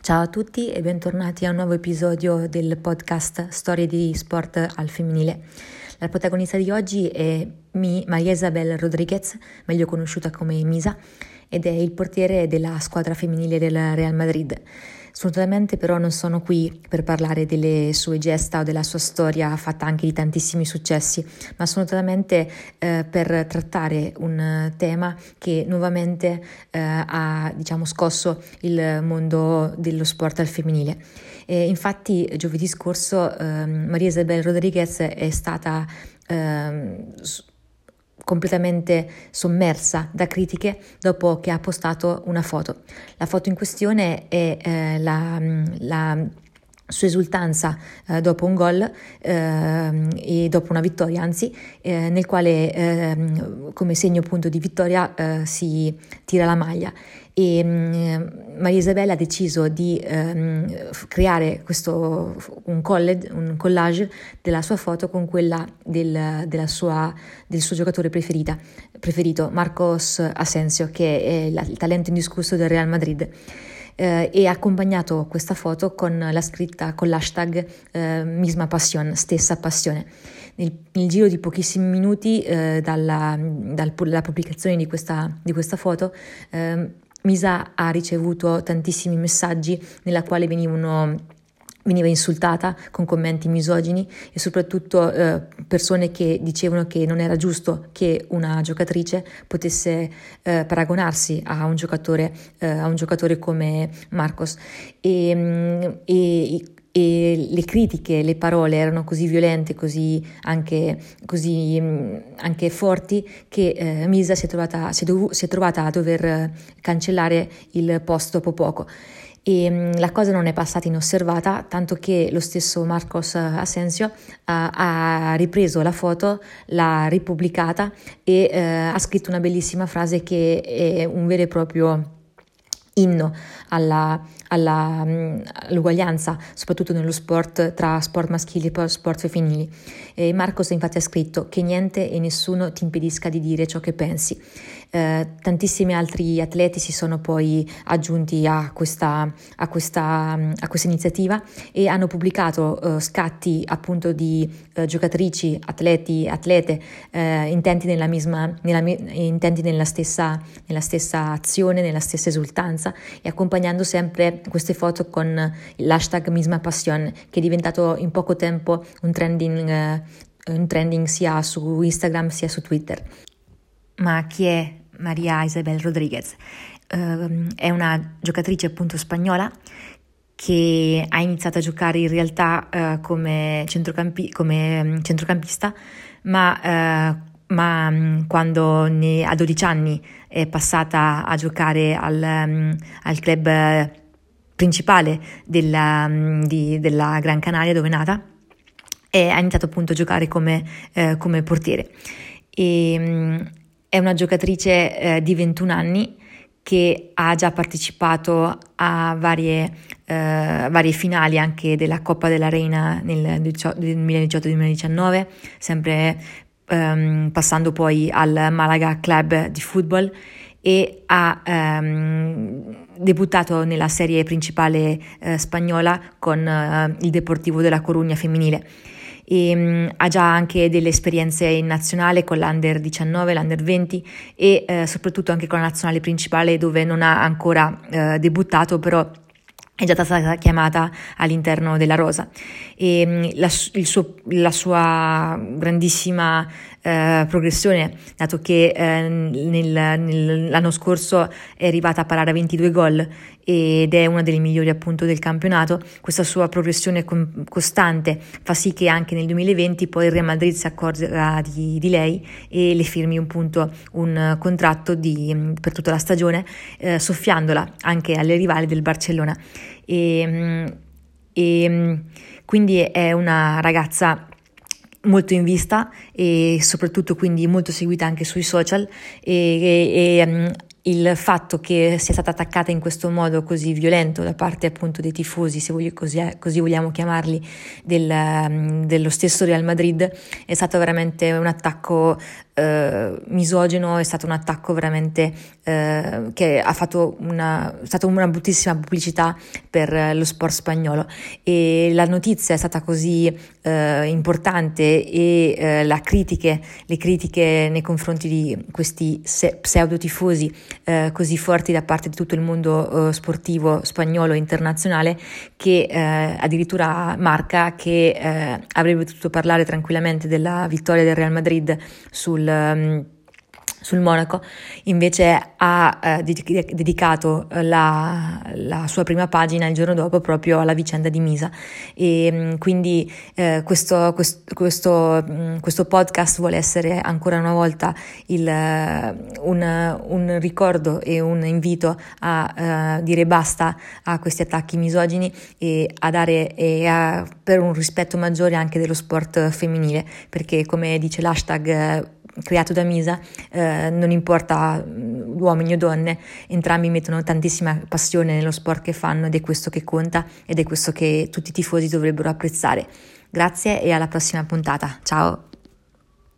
Ciao a tutti e bentornati a un nuovo episodio del podcast Storie di sport al femminile. La protagonista di oggi è Maria Isabel Rodríguez, meglio conosciuta come Misa, ed è il portiere della squadra femminile del Real Madrid. Sfortunatamente però non sono qui per parlare delle sue gesta o della sua storia fatta anche di tantissimi successi, ma sono solamente per trattare un tema che nuovamente ha scosso il mondo dello sport al femminile. Infatti giovedì scorso Maria Isabel Rodríguez è stata completamente sommersa da critiche dopo che ha postato una foto. La foto in questione è la sua esultanza dopo un gol e dopo una vittoria, anzi, nel quale come segno appunto di vittoria si tira la maglia. E Maria Isabella ha deciso di creare un collage della sua foto con quella del suo giocatore preferito, Marcos Asensio, che è il talento indiscusso del Real Madrid. E ha accompagnato questa foto con la scritta con l'hashtag Misma Pasión, stessa passione. Nel giro di pochissimi minuti dalla pubblicazione di questa foto, Misa ha ricevuto tantissimi messaggi nella quale veniva insultata con commenti misogini e soprattutto persone che dicevano che non era giusto che una giocatrice potesse paragonarsi a un giocatore come Marcos e le critiche, le parole erano così violente, così anche forti che Misa si è trovata a dover cancellare il post dopo poco. E la cosa non è passata inosservata, tanto che lo stesso Marcos Asensio ha ripreso la foto, l'ha ripubblicata e ha scritto una bellissima frase che è un vero e proprio inno all'uguaglianza, soprattutto nello sport, tra sport maschili e sport femminili. Marcos infatti ha scritto che niente e nessuno ti impedisca di dire ciò che pensi. Tantissimi altri atleti si sono poi aggiunti a questa iniziativa e hanno pubblicato scatti appunto di giocatrici, atlete intenti nella stessa azione, nella stessa esultanza, e accompagnando sempre queste foto con l'hashtag Misma Pasión, che è diventato in poco tempo un trending sia su Instagram sia su Twitter. Ma chi è Maria Isabel Rodríguez? È una giocatrice appunto spagnola che ha iniziato a giocare in realtà come centrocampista, ma quando a 12 anni è passata a giocare al club principale della Gran Canaria, dove è nata, e ha iniziato appunto a giocare come portiere. È una giocatrice di 21 anni che ha già partecipato a varie finali anche della Coppa della Reina nel 2018-2019, sempre passando poi al Malaga Club di football, e ha debuttato nella serie principale spagnola con il Deportivo de La Coruña femminile. Ha già anche delle esperienze in nazionale con l'Under 19, l'Under 20 e soprattutto anche con la nazionale principale, dove non ha ancora debuttato, però è già stata chiamata all'interno della rosa. E la sua grandissima progressione, dato che l'anno scorso è arrivata a parare a 22 gol ed è una delle migliori appunto del campionato, questa sua progressione costante fa sì che anche nel 2020 poi il Real Madrid si accorga di lei e le firmi un contratto per tutta la stagione, soffiandola anche alle rivali del Barcellona. E quindi è una ragazza molto in vista e soprattutto quindi molto seguita anche sui social, e il fatto che sia stata attaccata in questo modo così violento da parte appunto dei tifosi, se così vogliamo chiamarli, dello stesso Real Madrid, è stato veramente un attacco misogino, è stato un attacco veramente che ha fatto è stata una bruttissima pubblicità per lo sport spagnolo, e la notizia è stata così importante, e le critiche nei confronti di questi pseudo tifosi così forti da parte di tutto il mondo sportivo spagnolo e internazionale, che addirittura Marca, che avrebbe potuto parlare tranquillamente della vittoria del Real Madrid sul Monaco, invece ha dedicato la sua prima pagina il giorno dopo proprio alla vicenda di Misa. E quindi questo podcast vuole essere ancora una volta un ricordo e un invito a dire basta a questi attacchi misogini, e a dare per un rispetto maggiore anche dello sport femminile, perché come dice l'hashtag creato da Misa, non importa uomini o donne, entrambi mettono tantissima passione nello sport che fanno, ed è questo che conta, ed è questo che tutti i tifosi dovrebbero apprezzare. Grazie e alla prossima puntata, ciao!